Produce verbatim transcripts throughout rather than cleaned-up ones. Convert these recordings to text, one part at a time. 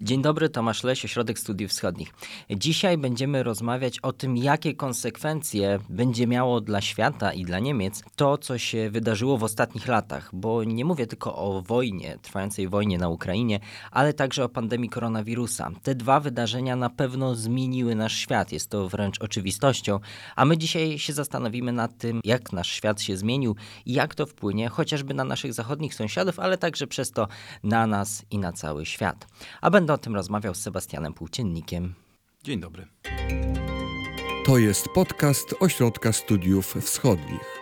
Dzień dobry, Tomasz Leś, Ośrodek Studiów Wschodnich. Dzisiaj będziemy rozmawiać o tym, jakie konsekwencje będzie miało dla świata i dla Niemiec to, co się wydarzyło w ostatnich latach, bo nie mówię tylko o wojnie, trwającej wojnie na Ukrainie, ale także o pandemii koronawirusa. Te dwa wydarzenia na pewno zmieniły nasz świat, jest to wręcz oczywistością, a my dzisiaj się zastanowimy nad tym, jak nasz świat się zmienił i jak to wpłynie chociażby na naszych zachodnich sąsiadów, ale także przez to na nas i na cały świat. A będę o tym rozmawiał z Sebastianem Płóciennikiem. Dzień dobry. To jest podcast Ośrodka Studiów Wschodnich.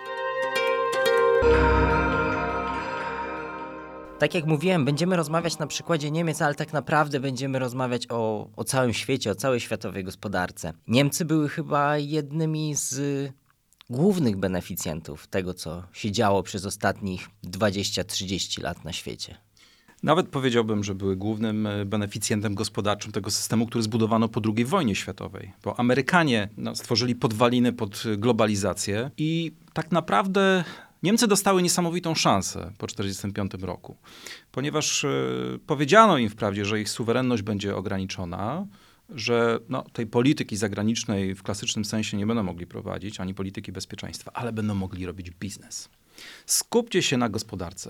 Tak jak mówiłem, będziemy rozmawiać na przykładzie Niemiec, ale tak naprawdę będziemy rozmawiać o, o całym świecie, o całej światowej gospodarce. Niemcy były chyba jednymi z głównych beneficjentów tego, co się działo przez ostatnich dwadzieścia trzydzieści lat na świecie. Nawet powiedziałbym, że były głównym beneficjentem gospodarczym tego systemu, który zbudowano po drugiej wojnie światowej. Bo Amerykanie no, stworzyli podwaliny pod globalizację i tak naprawdę Niemcy dostały niesamowitą szansę po tysiąc dziewięćset czterdziestym piątym roku. Ponieważ y, powiedziano im wprawdzie, że ich suwerenność będzie ograniczona, że no, tej polityki zagranicznej w klasycznym sensie nie będą mogli prowadzić, ani polityki bezpieczeństwa, ale będą mogli robić biznes. Skupcie się na gospodarce.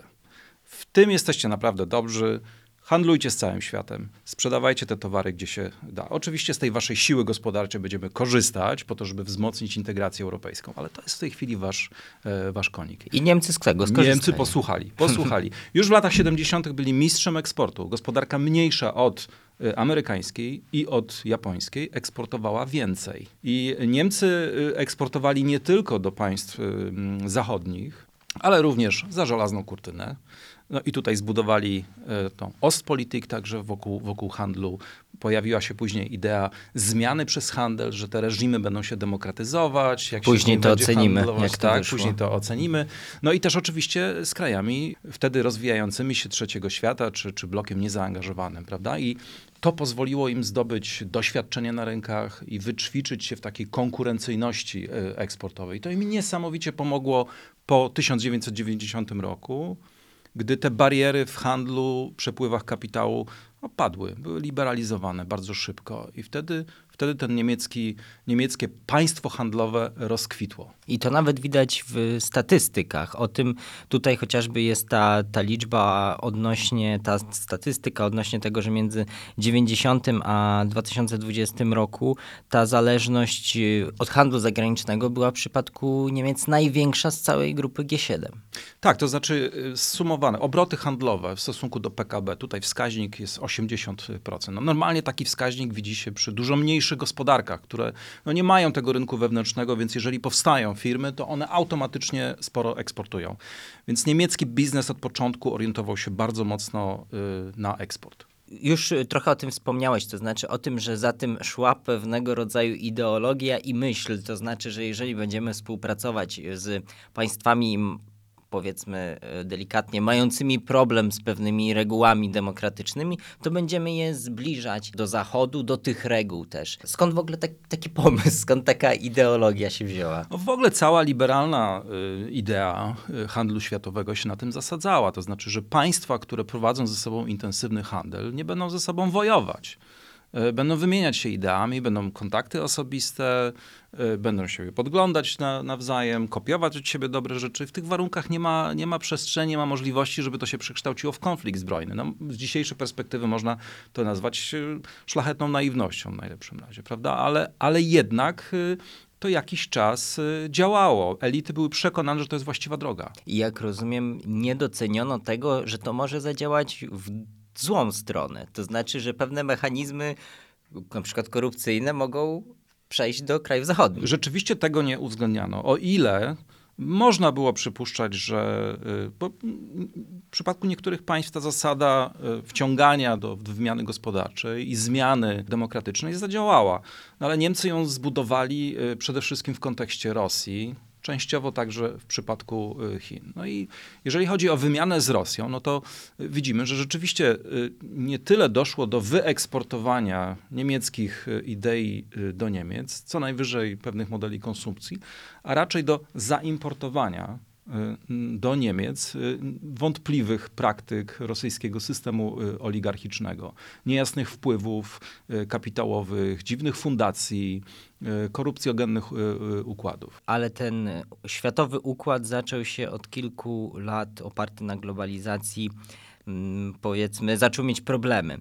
W tym jesteście naprawdę dobrzy. Handlujcie z całym światem. Sprzedawajcie te towary, gdzie się da. Oczywiście z tej waszej siły gospodarczej będziemy korzystać po to, żeby wzmocnić integrację europejską, ale to jest w tej chwili wasz, e, wasz konik. I Niemcy z tego skorzystali. Niemcy posłuchali. posłuchali. Już w latach siedemdziesiątych byli mistrzem eksportu. Gospodarka mniejsza od e, amerykańskiej i od japońskiej eksportowała więcej. I Niemcy eksportowali nie tylko do państw e, zachodnich, ale również za żelazną kurtynę. No i tutaj zbudowali y, tą Ostpolitik także wokół, wokół handlu. Pojawiła się później idea zmiany przez handel, że te reżimy będą się demokratyzować. Jak później się to ocenimy, jak to tak, wyszło. Później to ocenimy. No i też oczywiście z krajami wtedy rozwijającymi się trzeciego świata, czy, czy blokiem niezaangażowanym, prawda? I to pozwoliło im zdobyć doświadczenie na rynkach i wyćwiczyć się w takiej konkurencyjności y, eksportowej. To im niesamowicie pomogło po tysiąc dziewięćset dziewięćdziesiątym roku, gdy te bariery w handlu, przepływach kapitału no, padły, były liberalizowane bardzo szybko i wtedy, wtedy ten niemiecki, niemieckie państwo handlowe rozkwitło. I to nawet widać w statystykach. O tym tutaj chociażby jest ta, ta liczba odnośnie, ta statystyka odnośnie tego, że między dziewięćdziesiątym a dwa tysiące dwudziestym roku ta zależność od handlu zagranicznego była w przypadku Niemiec największa z całej grupy G siedem. Tak, to znaczy zsumowane obroty handlowe w stosunku do P K B. Tutaj wskaźnik jest osiemdziesiąt procent. No, normalnie taki wskaźnik widzi się przy dużo mniejszych gospodarkach, które no, nie mają tego rynku wewnętrznego, więc jeżeli powstają firmy, to one automatycznie sporo eksportują. Więc niemiecki biznes od początku orientował się bardzo mocno y, na eksport. Już trochę o tym wspomniałeś, to znaczy o tym, że za tym szła pewnego rodzaju ideologia i myśl, to znaczy, że jeżeli będziemy współpracować z państwami, powiedzmy delikatnie, mającymi problem z pewnymi regułami demokratycznymi, to będziemy je zbliżać do Zachodu, do tych reguł też. Skąd w ogóle tak, taki pomysł, skąd taka ideologia się wzięła? No w ogóle cała liberalna y, idea y, handlu światowego się na tym zasadzała. To znaczy, że państwa, które prowadzą ze sobą intensywny handel, nie będą ze sobą wojować. Y, będą wymieniać się ideami, będą kontakty osobiste, y, będą siebie podglądać na, nawzajem, kopiować od siebie dobre rzeczy. W tych warunkach nie ma, nie ma przestrzeni, nie ma możliwości, żeby to się przekształciło w konflikt zbrojny. No, z dzisiejszej perspektywy można to nazwać y, szlachetną naiwnością w najlepszym razie, prawda? Ale, ale jednak y, to jakiś czas y, działało. Elity były przekonane, że to jest właściwa droga. I jak rozumiem, nie doceniono tego, że to może zadziałać w złą stronę. To znaczy, że pewne mechanizmy, na przykład korupcyjne, mogą przejść do krajów zachodnich. Rzeczywiście tego nie uwzględniano. O ile można było przypuszczać, że bo w przypadku niektórych państw ta zasada wciągania do wymiany gospodarczej i zmiany demokratycznej zadziałała. No ale Niemcy ją zbudowali przede wszystkim w kontekście Rosji, częściowo także w przypadku Chin. No i jeżeli chodzi o wymianę z Rosją, no to widzimy, że rzeczywiście nie tyle doszło do wyeksportowania niemieckich idei do Niemiec, co najwyżej pewnych modeli konsumpcji, a raczej do zaimportowania do Niemiec wątpliwych praktyk rosyjskiego systemu oligarchicznego, niejasnych wpływów kapitałowych, dziwnych fundacji, korupcjogennych układów. Ale ten światowy układ zaczął się od kilku lat, oparty na globalizacji, powiedzmy, zaczął mieć problemy.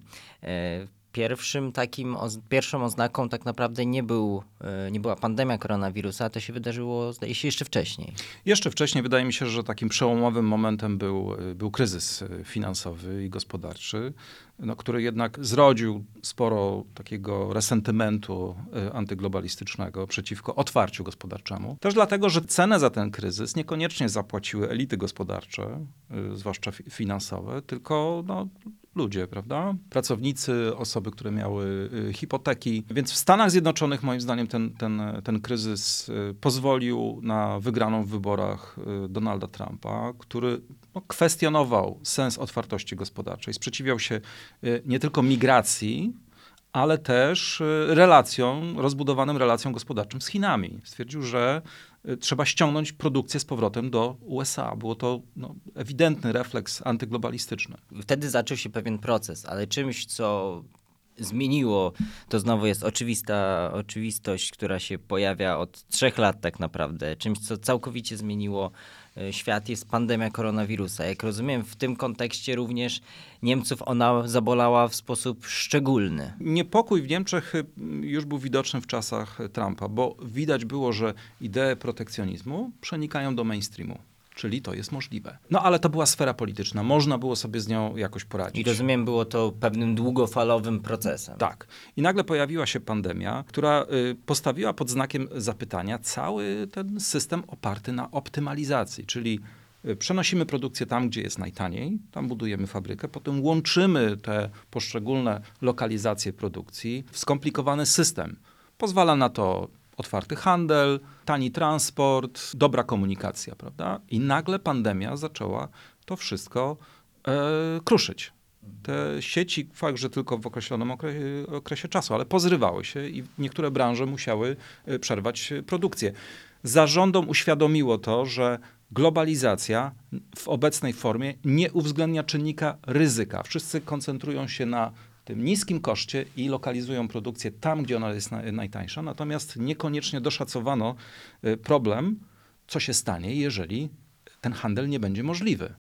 Pierwszym takim, pierwszą oznaką tak naprawdę nie, był, nie była pandemia koronawirusa, to się wydarzyło, zdaje się, jeszcze wcześniej. Jeszcze wcześniej wydaje mi się, że takim przełomowym momentem był, był kryzys finansowy i gospodarczy, no, który jednak zrodził sporo takiego resentymentu antyglobalistycznego przeciwko otwarciu gospodarczemu. Też dlatego, że cenę za ten kryzys niekoniecznie zapłaciły elity gospodarcze, zwłaszcza finansowe, tylko no, ludzie, prawda? Pracownicy, osoby, które miały hipoteki. Więc w Stanach Zjednoczonych moim zdaniem ten, ten, ten kryzys pozwolił na wygraną w wyborach Donalda Trumpa, który no, kwestionował sens otwartości gospodarczej, sprzeciwiał się nie tylko migracji, ale też relacjom, rozbudowanym relacjom gospodarczym z Chinami. Stwierdził, że trzeba ściągnąć produkcję z powrotem do U S A. Było to no, ewidentny refleks antyglobalistyczny. Wtedy zaczął się pewien proces, ale czymś, co zmieniło, to znowu jest oczywista oczywistość, która się pojawia od trzech lat tak naprawdę. Czymś, co całkowicie zmieniło świat, jest pandemia koronawirusa. Jak rozumiem, w tym kontekście również Niemców ona zabolała w sposób szczególny. Niepokój w Niemczech już był widoczny w czasach Trumpa, bo widać było, że idee protekcjonizmu przenikają do mainstreamu. Czyli to jest możliwe. No ale to była sfera polityczna. Można było sobie z nią jakoś poradzić. I rozumiem, było to pewnym długofalowym procesem. Tak. I nagle pojawiła się pandemia, która y, postawiła pod znakiem zapytania cały ten system oparty na optymalizacji. Czyli y, przenosimy produkcję tam, gdzie jest najtaniej, tam budujemy fabrykę, potem łączymy te poszczególne lokalizacje produkcji w skomplikowany system. Pozwala na to otwarty handel, tani transport, dobra komunikacja, prawda? I nagle pandemia zaczęła to wszystko e, kruszyć. Te sieci, fakt, że tylko w określonym okresie, okresie czasu, ale pozrywały się i niektóre branże musiały przerwać produkcję. Zarządom uświadomiło to, że globalizacja w obecnej formie nie uwzględnia czynnika ryzyka. Wszyscy koncentrują się na tym niskim koszcie i lokalizują produkcję tam, gdzie ona jest najtańsza. Natomiast niekoniecznie doszacowano problem, co się stanie, jeżeli ten handel nie będzie możliwy.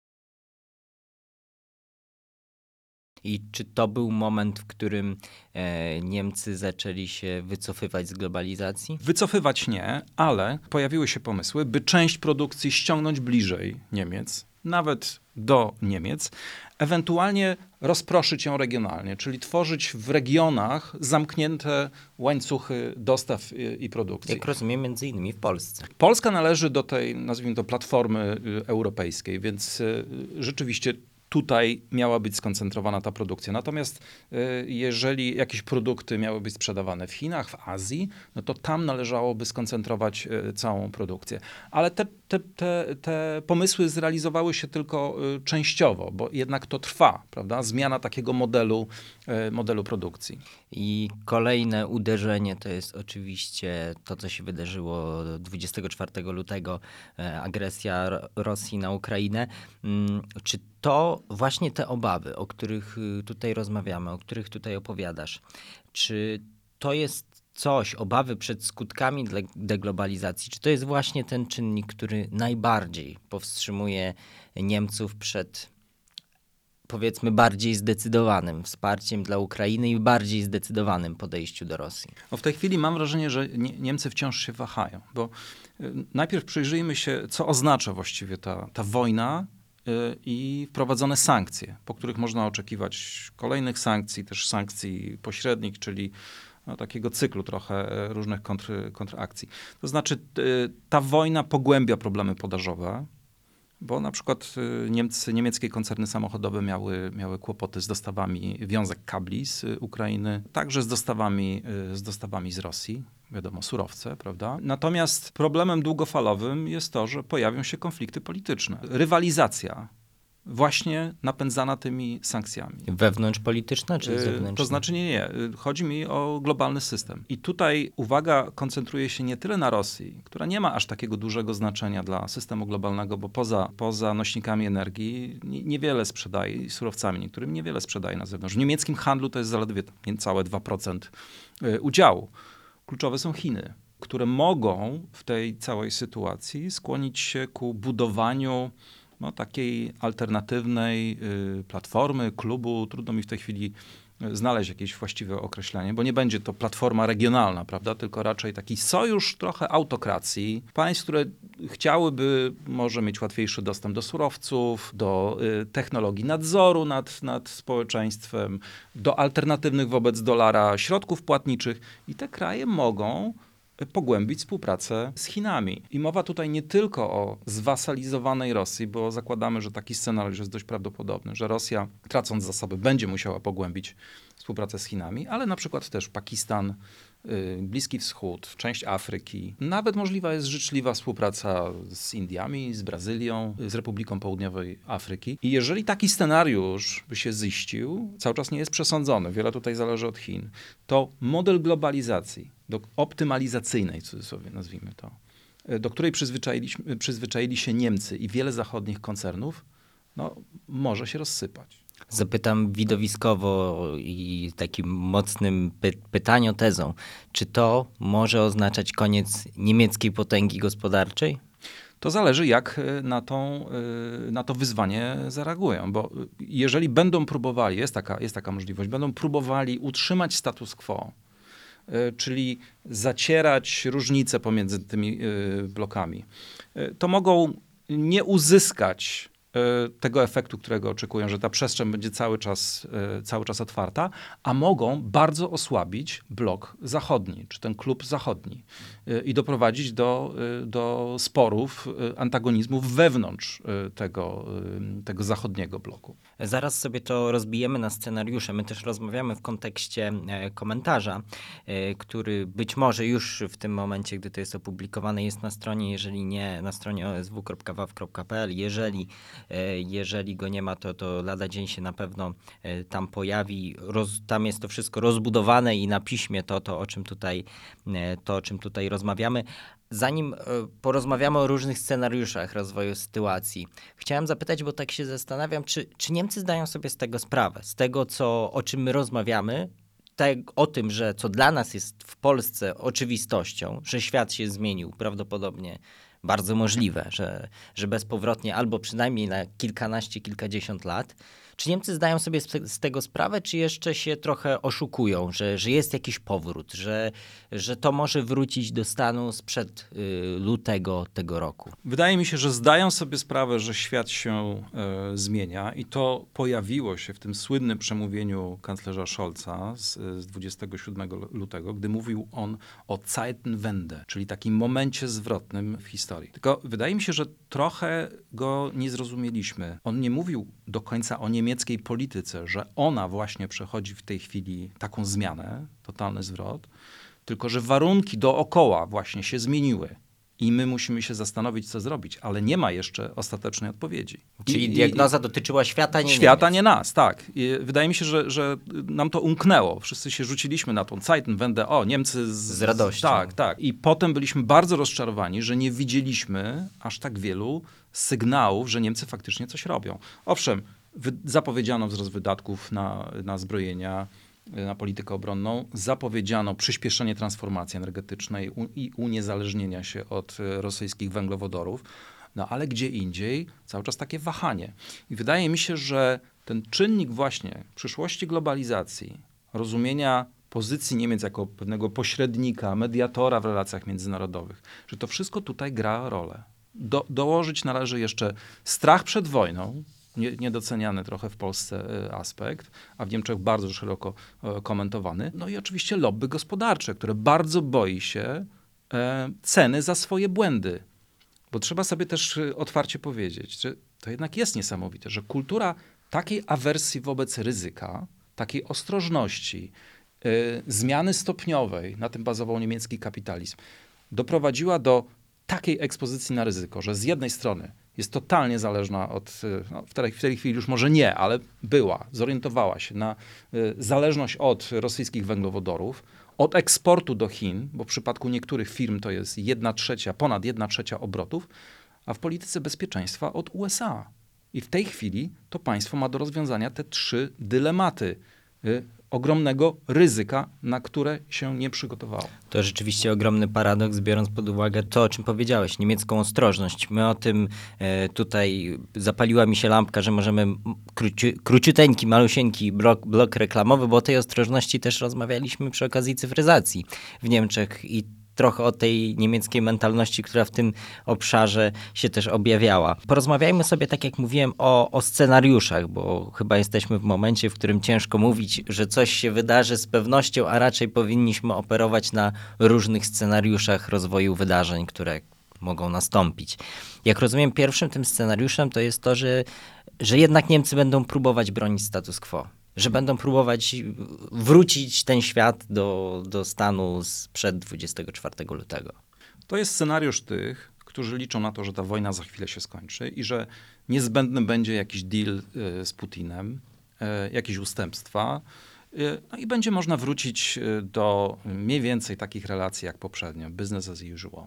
I czy to był moment, w którym e, Niemcy zaczęli się wycofywać z globalizacji? Wycofywać nie, ale pojawiły się pomysły, by część produkcji ściągnąć bliżej Niemiec, nawet do Niemiec, ewentualnie rozproszyć ją regionalnie, czyli tworzyć w regionach zamknięte łańcuchy dostaw i, i produkcji. Jak rozumiem, między innymi w Polsce. Polska należy do tej, nazwijmy to, platformy europejskiej, więc rzeczywiście tutaj miała być skoncentrowana ta produkcja. Natomiast jeżeli jakieś produkty miały być sprzedawane w Chinach, w Azji, no to tam należałoby skoncentrować całą produkcję. Ale te, te, te, te pomysły zrealizowały się tylko częściowo, bo jednak to trwa, prawda? Zmiana takiego modelu, modelu produkcji. I kolejne uderzenie to jest oczywiście to, co się wydarzyło dwudziestego czwartego lutego, agresja Rosji na Ukrainę. Czy to właśnie te obawy, o których tutaj rozmawiamy, o których tutaj opowiadasz, czy to jest coś, obawy przed skutkami deglobalizacji, czy to jest właśnie ten czynnik, który najbardziej powstrzymuje Niemców przed, powiedzmy, bardziej zdecydowanym wsparciem dla Ukrainy i bardziej zdecydowanym podejściu do Rosji? No w tej chwili mam wrażenie, że Niemcy wciąż się wahają, bo najpierw przyjrzyjmy się, co oznacza właściwie ta, ta wojna i wprowadzone sankcje, po których można oczekiwać kolejnych sankcji, też sankcji pośrednich, czyli no, takiego cyklu trochę różnych kontr, kontrakcji. To znaczy ta wojna pogłębia problemy podażowe, bo na przykład Niemcy, niemieckie koncerny samochodowe miały, miały kłopoty z dostawami wiązek kabli z Ukrainy, także z dostawami, z dostawami z Rosji. Wiadomo, surowce, prawda? Natomiast problemem długofalowym jest to, że pojawią się konflikty polityczne. Rywalizacja właśnie napędzana tymi sankcjami. Wewnątrzpolityczne czy Yy, zewnętrzne? To znaczy nie, nie. Yy, Chodzi mi o globalny system. I tutaj uwaga koncentruje się nie tyle na Rosji, która nie ma aż takiego dużego znaczenia dla systemu globalnego, bo poza, poza nośnikami energii nie- niewiele sprzedaje, i surowcami niektórymi niewiele sprzedaje na zewnątrz. W niemieckim handlu to jest zaledwie niecałe dwa procent yy, udziału. Kluczowe są Chiny, które mogą w tej całej sytuacji skłonić się ku budowaniu no, takiej alternatywnej y, platformy, klubu. Trudno mi w tej chwili y, znaleźć jakieś właściwe określenie, bo nie będzie to platforma regionalna, prawda, tylko raczej taki sojusz trochę autokracji, państw, które chciałyby może mieć łatwiejszy dostęp do surowców, do y, technologii nadzoru nad, nad społeczeństwem, do alternatywnych wobec dolara środków płatniczych i te kraje mogą pogłębić współpracę z Chinami. I mowa tutaj nie tylko o zwasalizowanej Rosji, bo zakładamy, że taki scenariusz jest dość prawdopodobny, że Rosja, tracąc zasoby, będzie musiała pogłębić współpracę z Chinami, ale na przykład też Pakistan, y, Bliski Wschód, część Afryki. Nawet możliwa jest życzliwa współpraca z Indiami, z Brazylią, z Republiką Południowej Afryki. I jeżeli taki scenariusz by się ziścił, cały czas nie jest przesądzony, wiele tutaj zależy od Chin, to model globalizacji, do optymalizacyjnej, w cudzysłowie nazwijmy to, do której przyzwyczailiśmy, przyzwyczaili się Niemcy i wiele zachodnich koncernów, no, może się rozsypać. Zapytam widowiskowo i takim mocnym py- pytaniotezą. Czy to może oznaczać koniec niemieckiej potęgi gospodarczej? To zależy, jak na, tą, na to wyzwanie zareagują, bo jeżeli będą próbowali, jest taka, jest taka możliwość, będą próbowali utrzymać status quo, czyli zacierać różnice pomiędzy tymi blokami, to mogą nie uzyskać tego efektu, którego oczekują, że ta przestrzeń będzie cały czas, cały czas otwarta, a mogą bardzo osłabić blok zachodni, czy ten klub zachodni i doprowadzić do, do sporów, antagonizmów wewnątrz tego, tego zachodniego bloku. Zaraz sobie to rozbijemy na scenariusze. My też rozmawiamy w kontekście e, komentarza, e, który być może już w tym momencie, gdy to jest opublikowane, jest na stronie, jeżeli nie, na stronie o s w kropka w a w kropka p l. Jeżeli, e, jeżeli go nie ma, to, to lada dzień się na pewno e, tam pojawi. Roz, tam jest to wszystko rozbudowane i na piśmie to, to, o czym tutaj, e, to, o czym tutaj rozmawiamy. Zanim e, porozmawiamy o różnych scenariuszach rozwoju sytuacji, chciałem zapytać, bo tak się zastanawiam, czy, czy Niemcy zdają sobie z tego sprawę, z tego, co, o czym my rozmawiamy, tak, o tym, że co dla nas jest w Polsce oczywistością, że świat się zmienił, prawdopodobnie bardzo możliwe, że, że bezpowrotnie albo przynajmniej na kilkanaście, kilkadziesiąt lat. Czy Niemcy zdają sobie z, z tego sprawę, czy jeszcze się trochę oszukują, że, że jest jakiś powrót, że, że to może wrócić do stanu sprzed y, lutego tego roku? Wydaje mi się, że zdają sobie sprawę, że świat się e, zmienia i to pojawiło się w tym słynnym przemówieniu kanclerza Scholza z, z dwudziestego siódmego lutego, gdy mówił on o Zeitenwende, czyli takim momencie zwrotnym w historii. Tylko wydaje mi się, że trochę go nie zrozumieliśmy. On nie mówił do końca o niemieckiej polityce, że ona właśnie przechodzi w tej chwili taką zmianę, totalny zwrot, tylko że warunki dookoła właśnie się zmieniły. I my musimy się zastanowić, co zrobić, ale nie ma jeszcze ostatecznej odpowiedzi. Czyli I, diagnoza i, dotyczyła świata, nie Świata, Niemiec. nie nas, tak. I wydaje mi się, że, że nam to umknęło. Wszyscy się rzuciliśmy na tą Zeitenwende, o, Niemcy z, Z radością. Tak, tak. I potem byliśmy bardzo rozczarowani, że nie widzieliśmy aż tak wielu sygnałów, że Niemcy faktycznie coś robią. Owszem, wy, zapowiedziano wzrost wydatków na, na zbrojenia, na politykę obronną, zapowiedziano przyspieszenie transformacji energetycznej i uniezależnienia się od rosyjskich węglowodorów, no ale gdzie indziej cały czas takie wahanie. I wydaje mi się, że ten czynnik właśnie przyszłości globalizacji, rozumienia pozycji Niemiec jako pewnego pośrednika, mediatora w relacjach międzynarodowych, że to wszystko tutaj gra rolę. Do, dołożyć należy jeszcze strach przed wojną, Nie, niedoceniany trochę w Polsce aspekt, a w Niemczech bardzo szeroko komentowany. No i oczywiście lobby gospodarcze, które bardzo boi się e, ceny za swoje błędy. Bo trzeba sobie też otwarcie powiedzieć, że to jednak jest niesamowite, że kultura takiej awersji wobec ryzyka, takiej ostrożności, e, zmiany stopniowej, na tym bazował niemiecki kapitalizm, doprowadziła do takiej ekspozycji na ryzyko, że z jednej strony jest totalnie zależna od, no w, tej, w tej chwili już może nie, ale była, zorientowała się na y, zależność od rosyjskich węglowodorów, od eksportu do Chin, bo w przypadku niektórych firm to jest jedna trzecia, ponad jedna trzecia obrotów, a w polityce bezpieczeństwa od U S A. I w tej chwili to państwo ma do rozwiązania te trzy dylematy y, ogromnego ryzyka, na które się nie przygotowało. To rzeczywiście ogromny paradoks, biorąc pod uwagę to, o czym powiedziałeś, niemiecką ostrożność. My o tym e, tutaj zapaliła mi się lampka, że możemy króci, króciuteńki, malusieńki blok, blok reklamowy, bo o tej ostrożności też rozmawialiśmy przy okazji cyfryzacji w Niemczech i trochę o tej niemieckiej mentalności, która w tym obszarze się też objawiała. Porozmawiajmy sobie, tak jak mówiłem, o, o scenariuszach, bo chyba jesteśmy w momencie, w którym ciężko mówić, że coś się wydarzy z pewnością, a raczej powinniśmy operować na różnych scenariuszach rozwoju wydarzeń, które mogą nastąpić. Jak rozumiem, pierwszym tym scenariuszem to jest to, że, że jednak Niemcy będą próbować bronić status quo. Że będą próbować wrócić ten świat do, do stanu sprzed dwudziestego czwartego lutego. To jest scenariusz tych, którzy liczą na to, że ta wojna za chwilę się skończy i że niezbędny będzie jakiś deal y, z Putinem, y, jakieś ustępstwa y, no i będzie można wrócić y, do mniej więcej takich relacji jak poprzednio, business as usual.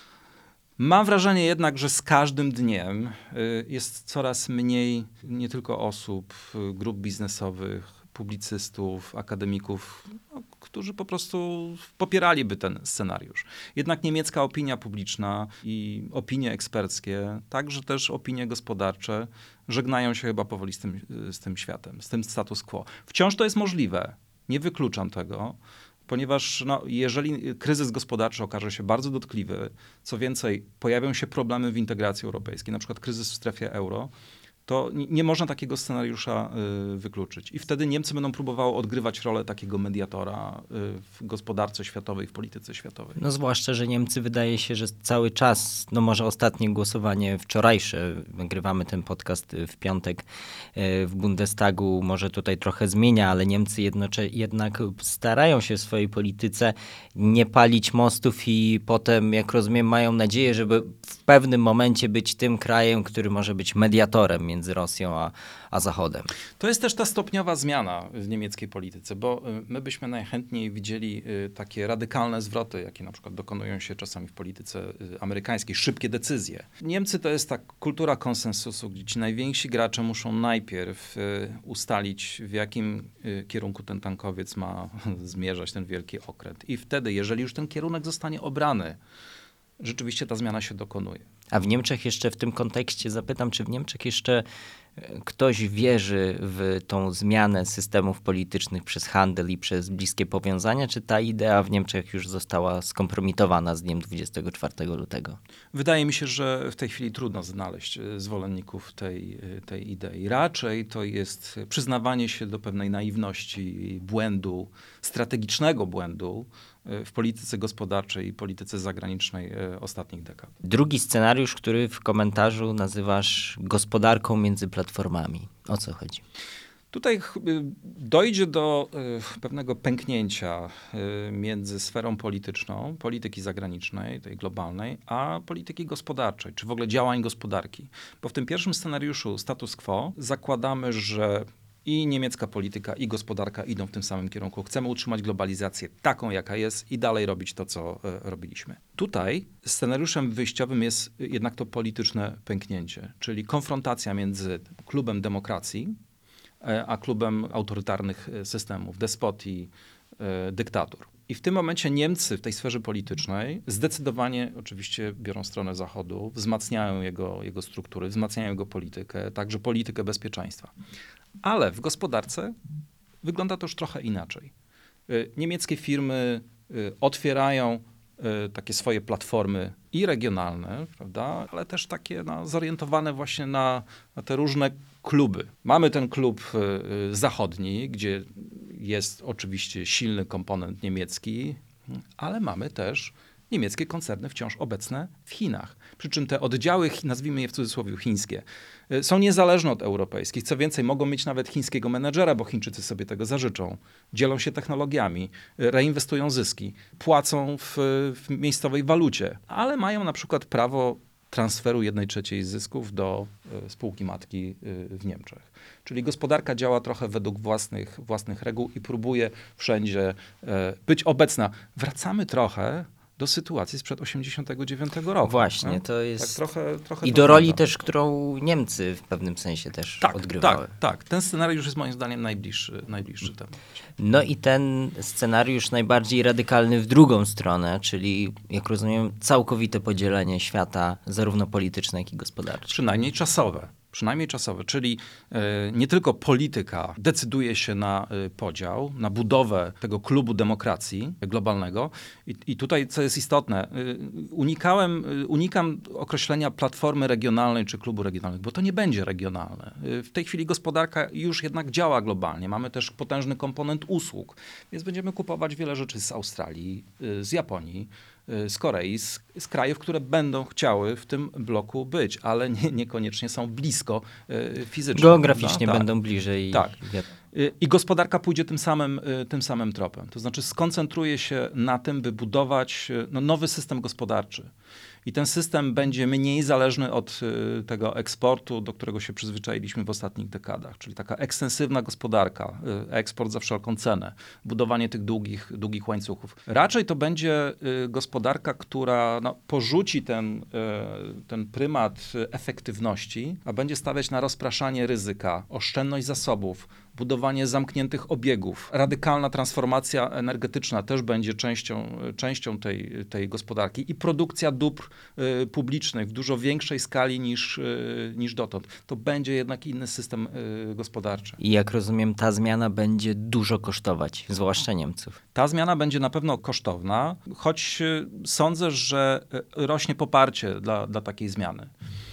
Mam wrażenie jednak, że z każdym dniem y, jest coraz mniej nie tylko osób, y, grup biznesowych, publicystów, akademików, no, którzy po prostu popieraliby ten scenariusz. Jednak niemiecka opinia publiczna i opinie eksperckie, także też opinie gospodarcze żegnają się chyba powoli z tym, z tym światem, z tym status quo. Wciąż to jest możliwe, nie wykluczam tego. Ponieważ no, jeżeli kryzys gospodarczy okaże się bardzo dotkliwy, co więcej, pojawią się problemy w integracji europejskiej, na przykład kryzys w strefie euro, to nie można takiego scenariusza y, wykluczyć. I wtedy Niemcy będą próbowały odgrywać rolę takiego mediatora y, w gospodarce światowej, w polityce światowej. No zwłaszcza, że Niemcy wydaje się, że cały czas, no może ostatnie głosowanie wczorajsze, nagrywamy ten podcast w piątek y, w Bundestagu, może tutaj trochę zmienia, ale Niemcy jednocze- jednak starają się w swojej polityce nie palić mostów i potem, jak rozumiem, mają nadzieję, żeby w pewnym momencie być tym krajem, który może być mediatorem między Rosją a, a Zachodem. To jest też ta stopniowa zmiana w niemieckiej polityce, bo my byśmy najchętniej widzieli takie radykalne zwroty, jakie na przykład dokonują się czasami w polityce amerykańskiej, szybkie decyzje. Niemcy to jest ta kultura konsensusu, gdzie ci najwięksi gracze muszą najpierw ustalić, w jakim kierunku ten tankowiec ma zmierzać, ten wielki okręt. I wtedy, jeżeli już ten kierunek zostanie obrany, rzeczywiście ta zmiana się dokonuje. A w Niemczech jeszcze w tym kontekście zapytam, czy w Niemczech jeszcze ktoś wierzy w tą zmianę systemów politycznych przez handel i przez bliskie powiązania, czy ta idea w Niemczech już została skompromitowana z dniem dwudziestego czwartego lutego? Wydaje mi się, że w tej chwili trudno znaleźć zwolenników tej, tej idei. Raczej to jest przyznawanie się do pewnej naiwności, błędu, strategicznego błędu w polityce gospodarczej i polityce zagranicznej ostatnich dekad. Drugi scenariusz, który w komentarzu nazywasz gospodarką między platformami. O co chodzi? Tutaj dojdzie do pewnego pęknięcia między sferą polityczną, polityki zagranicznej, tej globalnej, a polityki gospodarczej, czy w ogóle działań gospodarki. Bo w tym pierwszym scenariuszu status quo zakładamy, że i niemiecka polityka, i gospodarka idą w tym samym kierunku. Chcemy utrzymać globalizację taką, jaka jest i dalej robić to, co e, robiliśmy. Tutaj scenariuszem wyjściowym jest jednak to polityczne pęknięcie, czyli konfrontacja między klubem demokracji, e, a klubem autorytarnych systemów, despotii, e, dyktatur. I w tym momencie Niemcy w tej sferze politycznej zdecydowanie oczywiście biorą stronę Zachodu, wzmacniają jego, jego struktury, wzmacniają jego politykę, także politykę bezpieczeństwa. Ale w gospodarce wygląda to już trochę inaczej. Niemieckie firmy otwierają takie swoje platformy i regionalne, prawda, ale też takie no, zorientowane właśnie na, na te różne kluby. Mamy ten klub zachodni, gdzie jest oczywiście silny komponent niemiecki, ale mamy też niemieckie koncerny wciąż obecne w Chinach. Przy czym te oddziały, nazwijmy je w cudzysłowie chińskie, są niezależne od europejskich. Co więcej, mogą mieć nawet chińskiego menedżera, bo Chińczycy sobie tego zażyczą. Dzielą się technologiami, reinwestują zyski, płacą w, w miejscowej walucie, ale mają na przykład prawo transferu jednej trzeciej zysków do y, spółki matki y, w Niemczech. Czyli gospodarka działa trochę według własnych, własnych reguł i próbuje wszędzie y, być obecna. Wracamy trochę do sytuacji sprzed osiemdziesiątego dziewiątego roku. Właśnie, nie? to jest... Tak trochę, trochę I to do roli wygląda. też, którą Niemcy w pewnym sensie też Tak, odgrywały. tak, tak. Ten scenariusz jest moim zdaniem najbliższy, najbliższy temu. No i ten scenariusz najbardziej radykalny w drugą stronę, czyli jak rozumiem całkowite podzielenie świata zarówno polityczne, jak i gospodarcze. Przynajmniej czasowe. Przynajmniej czasowe, czyli y, nie tylko polityka decyduje się na y, podział, na budowę tego klubu demokracji globalnego. I, i tutaj, co jest istotne, y, unikałem, y, unikam określenia platformy regionalnej czy klubu regionalnego, bo to nie będzie regionalne. Y, w tej chwili gospodarka już jednak działa globalnie. Mamy też potężny komponent usług, więc będziemy kupować wiele rzeczy z Australii, y, z Japonii, z Korei, z, z krajów, które będą chciały w tym bloku być, ale nie, niekoniecznie są blisko y, fizycznie. Geograficznie tak. będą bliżej. Tak. Y, I gospodarka pójdzie tym samym, y, tym samym tropem. To znaczy skoncentruje się na tym, by budować y, no, nowy system gospodarczy. I ten system będzie mniej zależny od y, tego eksportu, do którego się przyzwyczailiśmy w ostatnich dekadach. Czyli taka ekstensywna gospodarka, y, eksport za wszelką cenę, budowanie tych długich, długich łańcuchów. Raczej to będzie y, gospodarka, która no, porzuci ten, y, ten prymat efektywności, a będzie stawiać na rozpraszanie ryzyka, oszczędność zasobów, budowanie zamkniętych obiegów. Radykalna transformacja energetyczna też będzie częścią, częścią tej, tej gospodarki i produkcja dóbr y, publicznych w dużo większej skali niż, y, niż dotąd. To będzie jednak inny system y, gospodarczy. I jak rozumiem, ta zmiana będzie dużo kosztować, zwłaszcza Niemców. Ta zmiana będzie na pewno kosztowna, choć y, sądzę, że y, rośnie poparcie dla, dla takiej zmiany.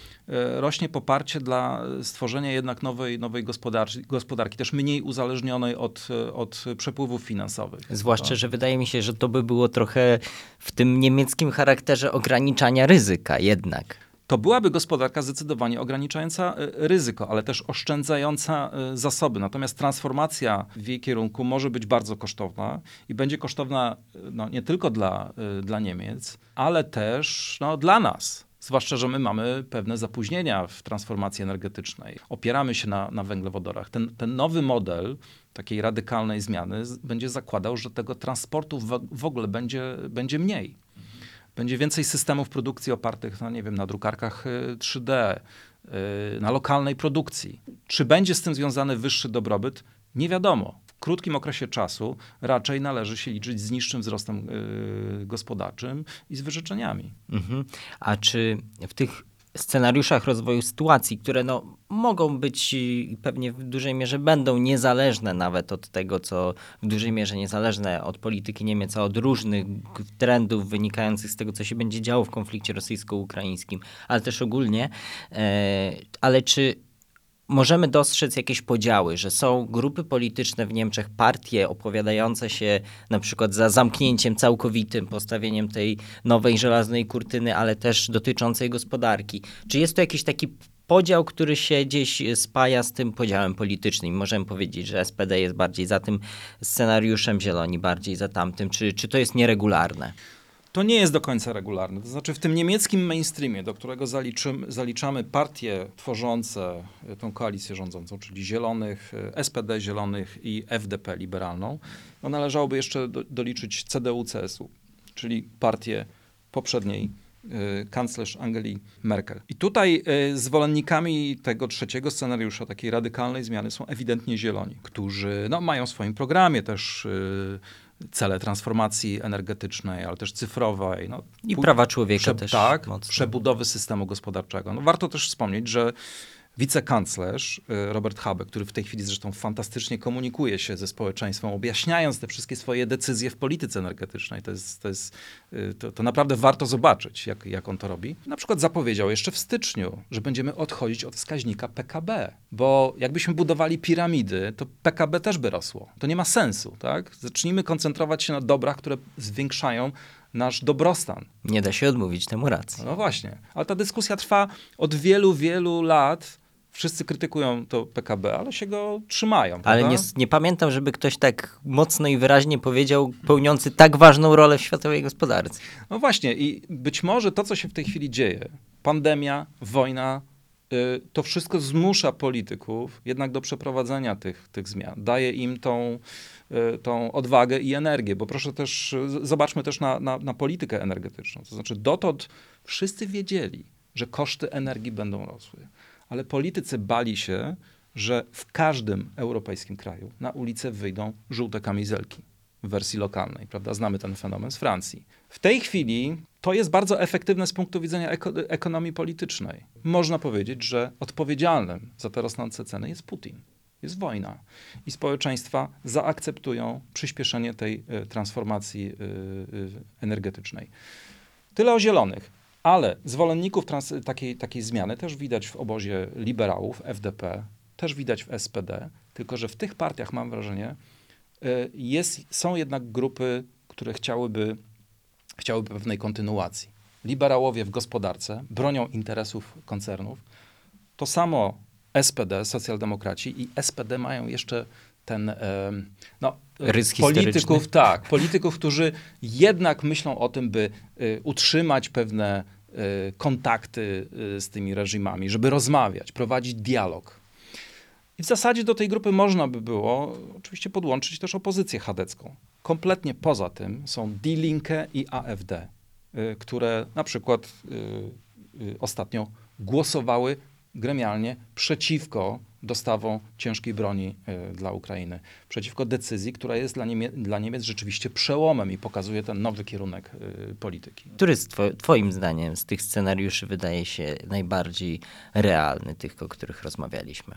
Rośnie poparcie dla stworzenia jednak nowej, nowej gospodarki, gospodarki, też mniej uzależnionej od, od przepływów finansowych. Zwłaszcza, to... że wydaje mi się, że to by było trochę w tym niemieckim charakterze ograniczania ryzyka jednak. To byłaby gospodarka zdecydowanie ograniczająca ryzyko, ale też oszczędzająca zasoby. Natomiast transformacja w jej kierunku może być bardzo kosztowna i będzie kosztowna no, nie tylko dla, dla Niemiec, ale też no, dla nas. Zwłaszcza, że my mamy pewne zapóźnienia w transformacji energetycznej. Opieramy się na, na węglowodorach. Ten, ten nowy model takiej radykalnej zmiany z, będzie zakładał, że tego transportu w, w ogóle będzie, będzie mniej. Będzie więcej systemów produkcji opartych, no nie wiem, na drukarkach trzy D, yy, na lokalnej produkcji. Czy będzie z tym związany wyższy dobrobyt? Nie wiadomo. W krótkim okresie czasu raczej należy się liczyć z niższym wzrostem yy, gospodarczym i z wyrzeczeniami. Mhm. A czy w tych scenariuszach rozwoju sytuacji, które no, mogą być i pewnie w dużej mierze będą niezależne nawet od tego, co w dużej mierze niezależne od polityki Niemiec, a od różnych trendów wynikających z tego, co się będzie działo w konflikcie rosyjsko-ukraińskim, ale też ogólnie, e, ale czy możemy dostrzec jakieś podziały, że są grupy polityczne w Niemczech, partie opowiadające się na przykład za zamknięciem całkowitym, postawieniem tej nowej żelaznej kurtyny, ale też dotyczącej gospodarki. Czy jest to jakiś taki podział, który się gdzieś spaja z tym podziałem politycznym? Możemy powiedzieć, że S P D jest bardziej za tym scenariuszem, Zieloni bardziej za tamtym. Czy, czy to jest nieregularne? To nie jest do końca regularne. To znaczy w tym niemieckim mainstreamie, do którego zaliczymy, zaliczamy partie tworzące tą koalicję rządzącą, czyli Zielonych, S P D Zielonych i F D P liberalną, no należałoby jeszcze do, doliczyć C D U C S U, czyli partię poprzedniej y, kanclerz Angeli Merkel. I tutaj y, zwolennikami tego trzeciego scenariusza, takiej radykalnej zmiany są ewidentnie Zieloni, którzy no, mają w swoim programie też y, cele transformacji energetycznej, ale też cyfrowej. No, I prawa człowieka prze, też Tak, mocno. przebudowy systemu gospodarczego. No, warto też wspomnieć, że wicekanclerz Robert Habeck, który w tej chwili zresztą fantastycznie komunikuje się ze społeczeństwem, objaśniając te wszystkie swoje decyzje w polityce energetycznej. To, jest, to, jest, to, to naprawdę warto zobaczyć, jak, jak on to robi. Na przykład zapowiedział jeszcze w styczniu, że będziemy odchodzić od wskaźnika P K B, bo jakbyśmy budowali piramidy, to P K B też by rosło. To nie ma sensu, tak? Zacznijmy koncentrować się na dobrach, które zwiększają nasz dobrostan. Nie da się odmówić temu racji. No właśnie, ale ta dyskusja trwa od wielu, wielu lat Wszyscy krytykują to P K B, ale się go trzymają. Ale prawda? nie, nie pamiętam, żeby ktoś tak mocno i wyraźnie powiedział, pełniący tak ważną rolę w światowej gospodarce. No właśnie i być może to, co się w tej chwili dzieje, pandemia, wojna, y, to wszystko zmusza polityków jednak do przeprowadzenia tych, tych zmian. Daje im tą, y, tą odwagę i energię, bo proszę też, z- zobaczmy też na, na, na politykę energetyczną. To znaczy dotąd wszyscy wiedzieli, że koszty energii będą rosły, ale politycy bali się, że w każdym europejskim kraju na ulicę wyjdą żółte kamizelki w wersji lokalnej, prawda? Znamy ten fenomen z Francji. W tej chwili to jest bardzo efektywne z punktu widzenia eko- ekonomii politycznej. Można powiedzieć, że odpowiedzialnym za te rosnące ceny jest Putin. Jest wojna. I społeczeństwa zaakceptują przyspieszenie tej y, transformacji y, y, energetycznej. Tyle o zielonych. Ale zwolenników trans- takiej, takiej zmiany też widać w obozie liberałów, F D P, też widać w S P D, tylko że w tych partiach, mam wrażenie, y, jest, są jednak grupy, które chciałyby, chciałyby pewnej kontynuacji. Liberałowie w gospodarce bronią interesów koncernów. To samo S P D, socjaldemokraci i S P D mają jeszcze ten em, no, Rys polityków, historyczny. tak, polityków, którzy jednak myślą o tym, by y, utrzymać pewne y, kontakty y, z tymi reżimami, żeby rozmawiać, prowadzić dialog. I w zasadzie do tej grupy można by było oczywiście podłączyć też opozycję chadecką. Kompletnie poza tym są Die Linke i A F D, y, które na przykład y, y, ostatnio głosowały gremialnie przeciwko dostawom ciężkiej broni y, dla Ukrainy. Przeciwko decyzji, która jest dla, Niemie- dla Niemiec rzeczywiście przełomem i pokazuje ten nowy kierunek y, polityki. Który z two- twoim zdaniem z tych scenariuszy wydaje się najbardziej realny, tych, o których rozmawialiśmy?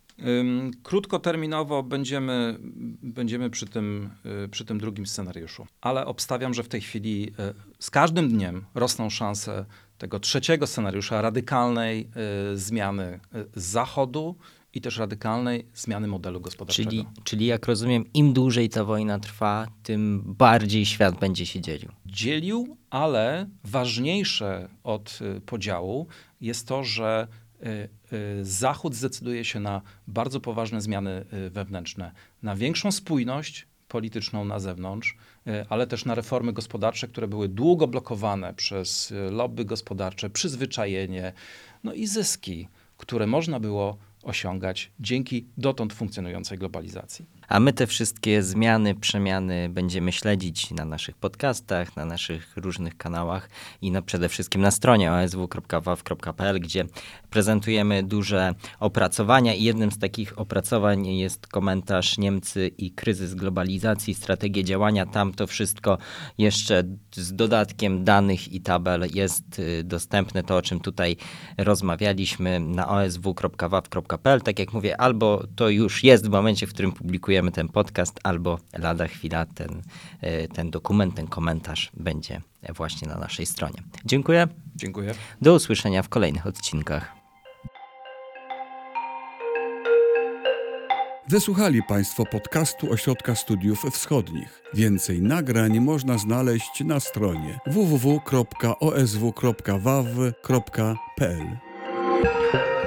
Ym, Krótkoterminowo będziemy, będziemy przy tym, y, przy tym drugim scenariuszu, ale obstawiam, że w tej chwili y, z każdym dniem rosną szanse tego trzeciego scenariusza, radykalnej y, zmiany y, z zachodu i też radykalnej zmiany modelu gospodarczego. Czyli, czyli jak rozumiem, im dłużej ta wojna trwa, tym bardziej świat będzie się dzielił. Dzielił, ale ważniejsze od y, podziału jest to, że y, y, Zachód zdecyduje się na bardzo poważne zmiany y, wewnętrzne, na większą spójność polityczną na zewnątrz, y, ale też na reformy gospodarcze, które były długo blokowane przez y, lobby gospodarcze, przyzwyczajenie, no i zyski, które można było osiągać dzięki dotąd funkcjonującej globalizacji. A my te wszystkie zmiany, przemiany będziemy śledzić na naszych podcastach, na naszych różnych kanałach i na, przede wszystkim na stronie o s w kropka w a w kropka p l, gdzie prezentujemy duże opracowania i jednym z takich opracowań jest komentarz Niemcy i kryzys globalizacji, strategie działania. Tam to wszystko jeszcze z dodatkiem danych i tabel jest y, dostępne, to o czym tutaj rozmawialiśmy na o s w kropka w a w kropka p l. Tak jak mówię, albo to już jest w momencie, w którym publikujemy ten podcast, albo lada chwila ten, y, ten dokument, ten komentarz będzie właśnie na naszej stronie. Dziękuję. Dziękuję. Do usłyszenia w kolejnych odcinkach. Wysłuchali Państwo podcastu Ośrodka Studiów Wschodnich. Więcej nagrań można znaleźć na stronie w w w kropka o s w kropka w a w kropka p l.